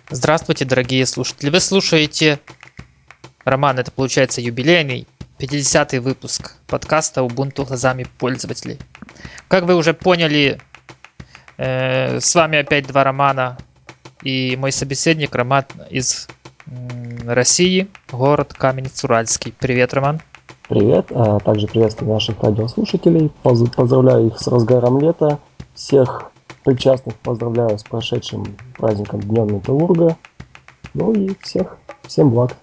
Здравствуйте, дорогие слушатели. Вы слушаете, Роман, это получается юбилейный 50-й выпуск подкаста Ubuntu глазами пользователей. Как вы уже поняли, с вами опять два Романа и мой собеседник Роман из России, город Каменец-Уральский. Привет, Роман. Привет, а также приветствую наших радиослушателей. Поздравляю их с разгаром лета. Всех причастных поздравляю с прошедшим праздником Днем Металлурга. Ну и всем благ.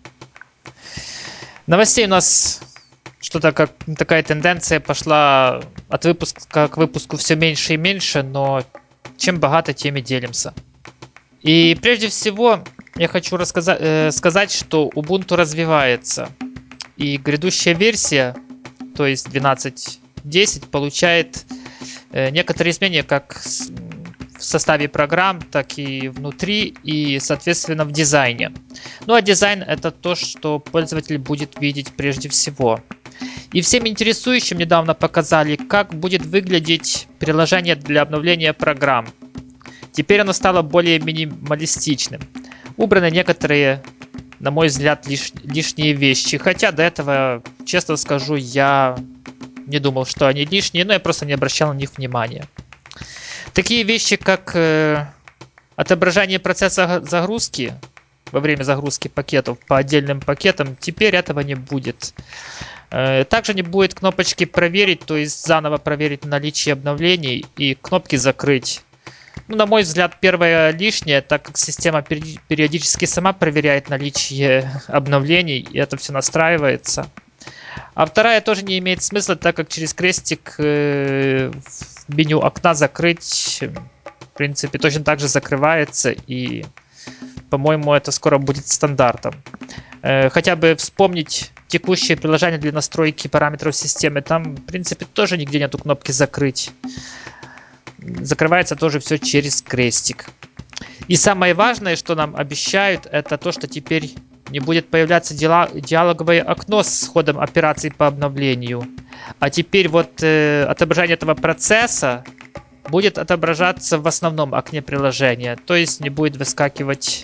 Новостей у нас что-то как такая тенденция пошла от выпуска к выпуску все меньше и меньше, но чем богато, тем и делимся. И прежде всего я хочу сказать, что Ubuntu развивается. И грядущая версия, то есть 12.10, получает некоторые изменения как в составе программ, так и внутри, и, соответственно, в дизайне. Ну а дизайн — это то, что пользователь будет видеть прежде всего. И всем интересующим недавно показали, как будет выглядеть приложение для обновления программ. Теперь оно стало более минималистичным. Убраны некоторые, на мой взгляд, лишние вещи. Хотя до этого, честно скажу, я не думал, что они лишние, но я просто не обращал на них внимания. Такие вещи, как отображение процесса загрузки во время загрузки пакетов по отдельным пакетам, теперь этого не будет. Также не будет кнопочки «Проверить», то есть заново проверить наличие обновлений, и кнопки «Закрыть». Ну, на мой взгляд, первое лишнее, так как система периодически сама проверяет наличие обновлений, и это все настраивается. А вторая тоже не имеет смысла, так как через крестик в меню окна «Закрыть» в принципе точно так же закрывается, и, по-моему, это скоро будет стандартом. Хотя бы вспомнить текущее приложение для настройки параметров системы, там, в принципе, тоже нигде нету кнопки «Закрыть». Закрывается тоже все через крестик. И самое важное, что нам обещают, это то, что теперь не будет появляться диалоговое окно с ходом операций по обновлению. А теперь вот отображение этого процесса будет отображаться в основном окне приложения. То есть не будет выскакивать,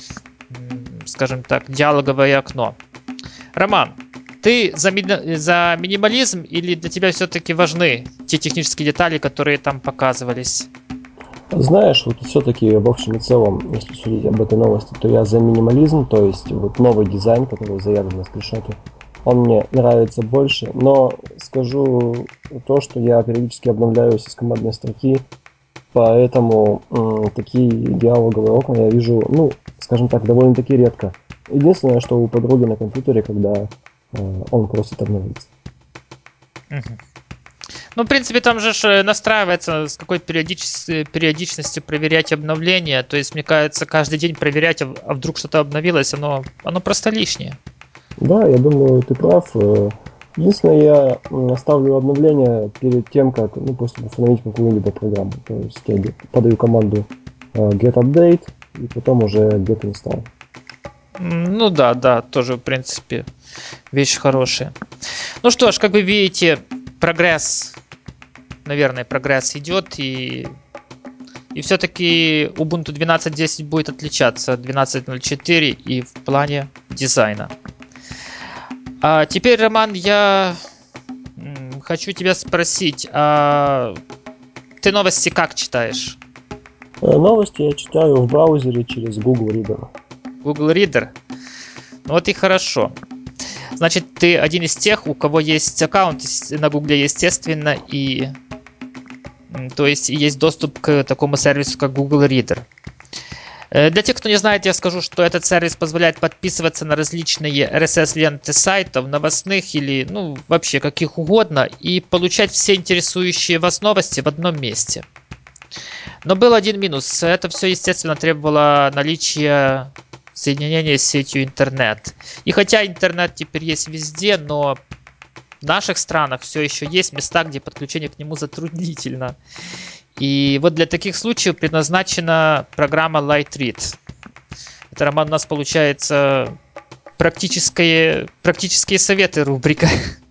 скажем так, диалоговое окно. Роман, ты за минимализм или для тебя все-таки важны те технические детали, которые там показывались? Знаешь, вот все-таки в общем и целом, если судить об этой новости, то я за минимализм, то есть вот новый дизайн, который заявлен на скриншоте, он мне нравится больше, но скажу то, что я периодически обновляюсь из командной строки, поэтому такие диалоговые окна я вижу, ну, скажем так, довольно-таки редко. Единственное, что у подруги на компьютере, когда он просит обновиться. Мгм. Ну, в принципе, там же настраивается, с какой периодичностью проверять обновления. То есть, мне кажется, каждый день проверять, а вдруг что-то обновилось, оно просто лишнее. Да, я думаю, ты прав. Единственное, я ставлю обновление перед тем, как, ну, просто установить какую-либо программу. То есть я подаю команду get update и потом уже get install. Ну да, да, тоже, в принципе, вещь хорошая. Ну что ж, как вы видите, прогресс, наверное, прогресс идет, и все-таки Ubuntu 12.10 будет отличаться от 12.04 и в плане дизайна. А теперь, Роман, я хочу тебя спросить, а ты новости как читаешь? Новости я читаю в браузере через Google Reader. Google Reader? Ну вот и хорошо. Значит, ты один из тех, у кого есть аккаунт на Google, естественно, и то есть есть доступ к такому сервису, как Google Reader. Для тех, кто не знает, я скажу, что этот сервис позволяет подписываться на различные RSS-ленты сайтов, новостных или, ну, вообще каких угодно, и получать все интересующие вас новости в одном месте. Но был один минус. Это все, естественно, требовало наличия соединения с сетью интернет. И хотя интернет теперь есть везде, но в наших странах все еще есть места, где подключение к нему затруднительно. И вот для таких случаев предназначена программа Lightread. Это, Роман, у нас получается практические советы рубрика.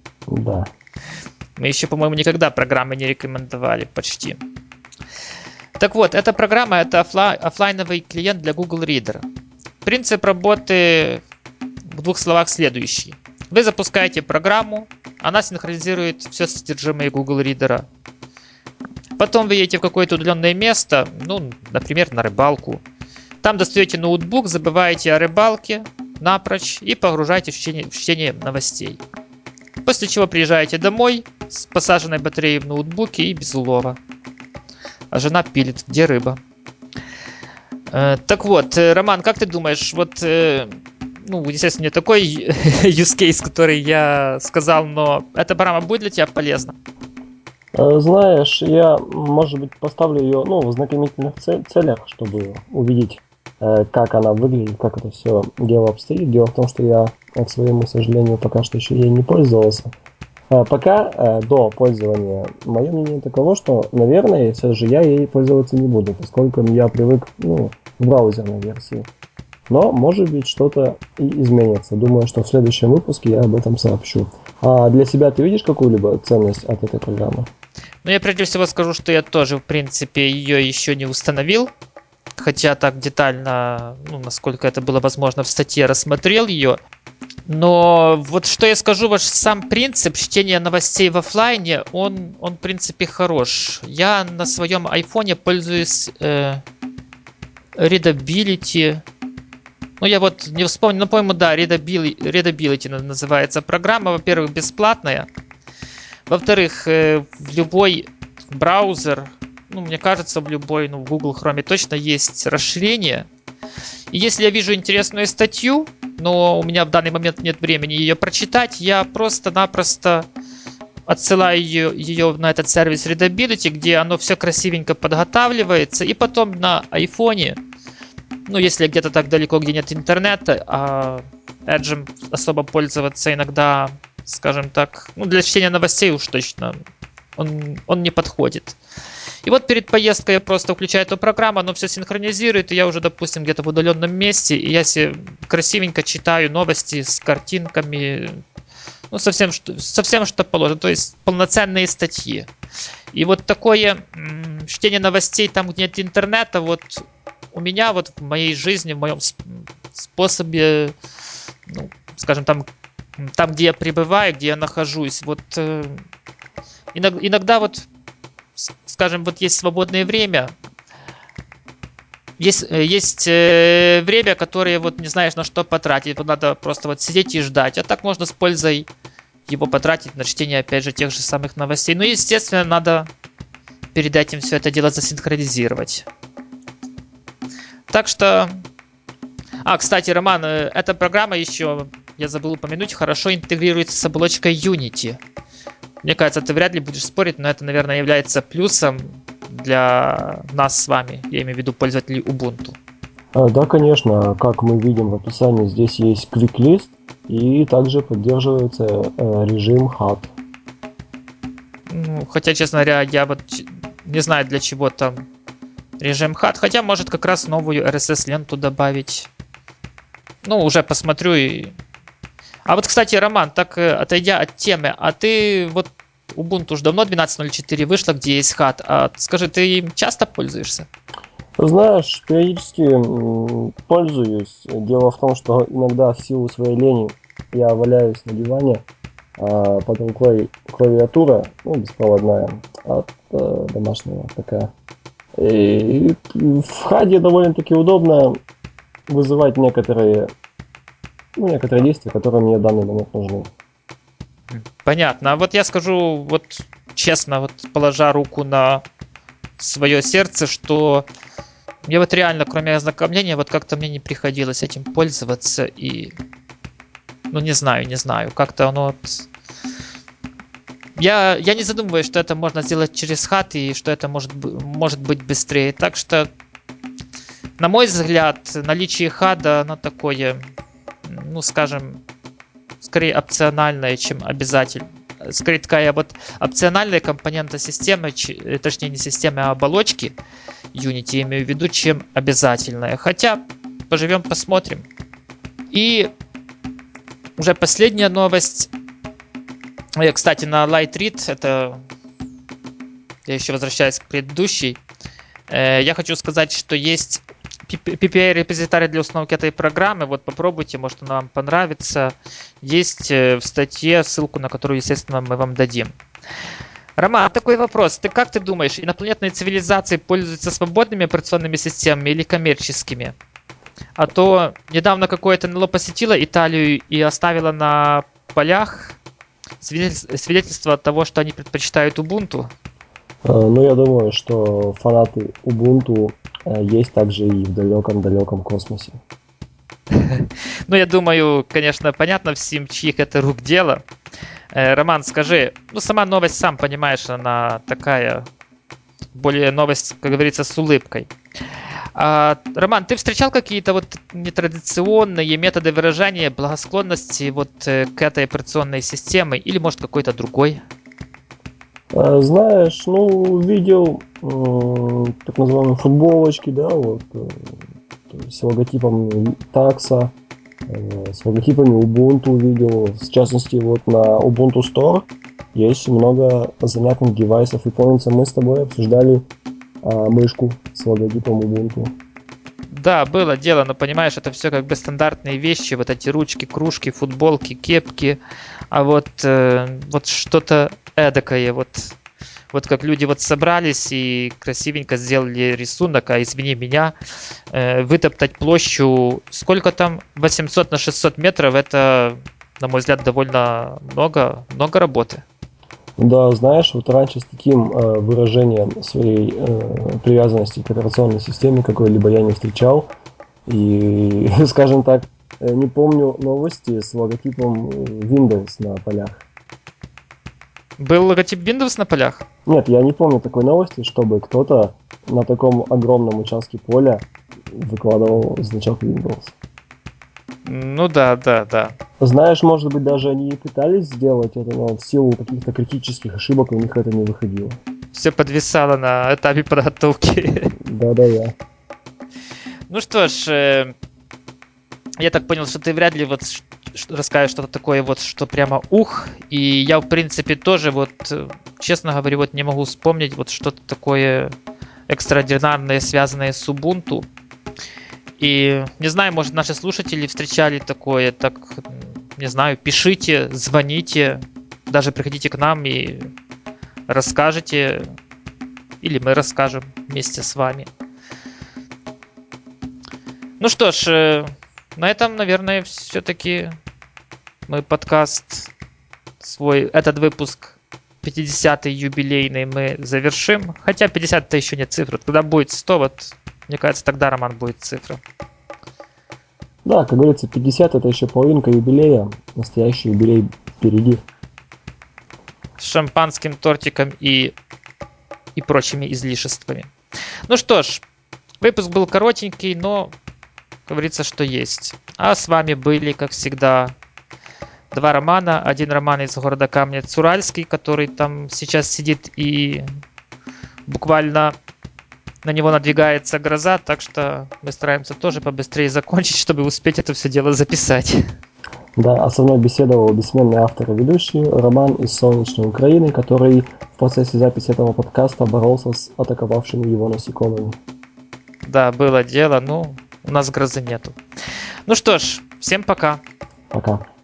Да. Мы еще, по-моему, никогда программы не рекомендовали почти. Так вот, эта программа это оффлайновый клиент для Google Reader. Принцип работы в двух словах следующий. Вы запускаете программу, она синхронизирует все содержимое Google Reader. Потом вы едете в какое-то удаленное место, ну, например, на рыбалку. Там достаете ноутбук, забываете о рыбалке напрочь и погружаете в чтение новостей. После чего приезжаете домой с посаженной батареей в ноутбуке и без улова. А жена пилит, где рыба. Так вот, Роман, как ты думаешь, вот, ну, естественно, не такой use case, который я сказал, но эта программа будет для тебя полезна? Знаешь, я, может быть, поставлю ее, ну, в знакомительных целях, чтобы увидеть, как она выглядит, как это все дело обстоит. Дело в том, что я, к своему сожалению, пока что еще ей не пользовался. Пока до пользования мое мнение таково, что, наверное, все же я ей пользоваться не буду, поскольку я привык, ну, к браузерной версии. Но, может быть, что-то и изменится. Думаю, что в следующем выпуске я об этом сообщу. А для себя ты видишь какую-либо ценность от этой программы? Ну, я прежде всего скажу, что я тоже, в принципе, ее еще не установил. Хотя так детально, ну, насколько это было возможно, в статье рассмотрел ее. Но вот что я скажу, ваш сам принцип чтения новостей в офлайне, он в принципе хорош. Я на своем айфоне пользуюсь Readability. Ну, я вот не вспомню, ну, по-моему, да, Readability называется программа. Во-первых, бесплатная. Во-вторых, в любой браузер, ну, мне кажется, в любой, ну, в Google Chrome точно есть расширение. И если я вижу интересную статью, но у меня в данный момент нет времени ее прочитать, я просто-напросто отсылаю ее на этот сервис Readability, где оно все красивенько подготавливается, и потом на айфоне, ну, если где-то так далеко, где нет интернета, а Edge особо пользоваться иногда, скажем так, ну, для чтения новостей уж точно он не подходит. И вот перед поездкой я просто включаю эту программу, оно все синхронизирует, и я уже, допустим, где-то в удаленном месте, и я себе красивенько читаю новости с картинками, ну, совсем что положено, то есть полноценные статьи. И вот такое чтение новостей там, где нет интернета, вот у меня вот в моей жизни, в моем способе, ну, скажем, там, где я пребываю, где я нахожусь, вот иногда вот, скажем, вот есть свободное время, есть время, которое вот не знаешь на что потратить, вот надо просто вот сидеть и ждать, а так можно с пользой его потратить на чтение, опять же, тех же самых новостей. Ну, естественно, надо перед этим все это дело засинхронизировать. Так что... кстати, Роман, эта программа еще, я забыл упомянуть, хорошо интегрируется с оболочкой Unity. Мне кажется, ты вряд ли будешь спорить, но это, наверное, является плюсом для нас с вами. Я имею в виду пользователей Ubuntu. Да, конечно, как мы видим в описании, здесь есть Quick List и также поддерживается режим HUD. Ну, хотя, честно говоря, я вот не знаю, для чего там режим HUD. Хотя, может, как раз новую RSS-ленту добавить. Ну, уже посмотрю. А вот, кстати, Роман, так отойдя от темы, а ты вот Ubuntu уже давно 12.04 вышло, где есть HUD. А скажи, ты им часто пользуешься? Знаешь, периодически пользуюсь. Дело в том, что иногда в силу своей лени я валяюсь на диване, под рукой клавиатура, ну, беспроводная, от домашнего такая. И в хаде довольно-таки удобно вызывать некоторые действия, которые мне в данный момент нужны. Понятно. А вот я скажу, вот честно, вот положа руку на свое сердце, что мне вот реально, кроме ознакомления, вот как-то мне не приходилось этим пользоваться. И, ну, не знаю, как-то оно... Я не задумываюсь, что это можно сделать через хат и что это может быть быстрее. Так что, на мой взгляд, наличие хада, оно такое, ну, скажем, скорее опциональное, чем обязательно. Скорее такая вот опциональная компонента системы, точнее не системы, а оболочки Unity, я имею в виду, чем обязательная. Хотя, поживем, посмотрим. И уже последняя новость. Кстати, на Light Read, это я еще возвращаюсь к предыдущей. Я хочу сказать, что есть PPA-репозиторий для установки этой программы. Вот попробуйте, может она вам понравится. Есть в статье ссылку, на которую, естественно, мы вам дадим. Роман, такой вопрос. Как ты думаешь, инопланетные цивилизации пользуются свободными операционными системами или коммерческими? А то недавно какое-то НЛО посетило Италию и оставило на полях свидетельство того, что они предпочитают Ubuntu. Ну, я думаю, что фанаты Ubuntu есть также и в далеком-далеком космосе. Ну, я думаю, конечно, понятно всем, чьих это рук дело. Роман, скажи, ну, сама новость, сам понимаешь, она такая, более новость, как говорится, с улыбкой. Роман, ты встречал какие-то вот нетрадиционные методы выражения благосклонности вот к этой операционной системе или, может, какой-то другой? Знаешь, ну, видел так называемые футболочки, да, вот, с логотипом такса, с логотипами Ubuntu видел. В частности, вот на Ubuntu Store есть много занятных девайсов. И помнится, мы с тобой обсуждали мышку с логотипом Ubuntu. Да, было дело, но понимаешь, это все как бы стандартные вещи, вот эти ручки, кружки, футболки, кепки, а вот что-то эдакое, вот как люди вот собрались и красивенько сделали рисунок, а извини меня, вытоптать площадь, сколько там, 800 на 600 метров, это, на мой взгляд, довольно много работы. Да, знаешь, вот раньше с таким выражением своей привязанности к операционной системе какой-либо я не встречал. И, скажем так, не помню новости с логотипом Windows на полях. Был логотип Windows на полях? Нет, я не помню такой новости, чтобы кто-то на таком огромном участке поля выкладывал значок Windows. Ну да, да, да. Знаешь, может быть, даже они и пытались сделать это, но в силу каких-то критических ошибок у них это не выходило. Все подвисало на этапе подготовки. Да-да-да. Ну что ж, я так понял, что ты вряд ли вот расскажешь что-то такое вот, что прямо ух. И я, в принципе, тоже вот, честно говоря, вот не могу вспомнить вот что-то такое экстраординарное, связанное с Ubuntu. И не знаю, может, наши слушатели встречали такое, так, не знаю, пишите, звоните, даже приходите к нам и расскажете, или мы расскажем вместе с вами. Ну что ж, на этом, наверное, все-таки мы подкаст свой, этот выпуск 50-й юбилейный мы завершим. Хотя 50 это еще не цифра. Когда будет 100, вот, мне кажется, тогда, Роман, будет цифра. Да, как говорится, 50 это еще половинка юбилея. Настоящий юбилей впереди. С шампанским, тортиком и прочими излишествами. Ну что ж, выпуск был коротенький, но говорится, что есть. А с вами были, как всегда, два Романа. Один Роман из города Камнец-Уральский, который там сейчас сидит и буквально на него надвигается гроза, так что мы стараемся тоже побыстрее закончить, чтобы успеть это все дело записать. Да, а со мной беседовал бессменный автор и ведущий Роман из солнечной Украины, который в процессе записи этого подкаста боролся с атаковавшими его насекомыми. Да, было дело, ну, у нас грозы нету. Ну что ж, всем пока. Пока.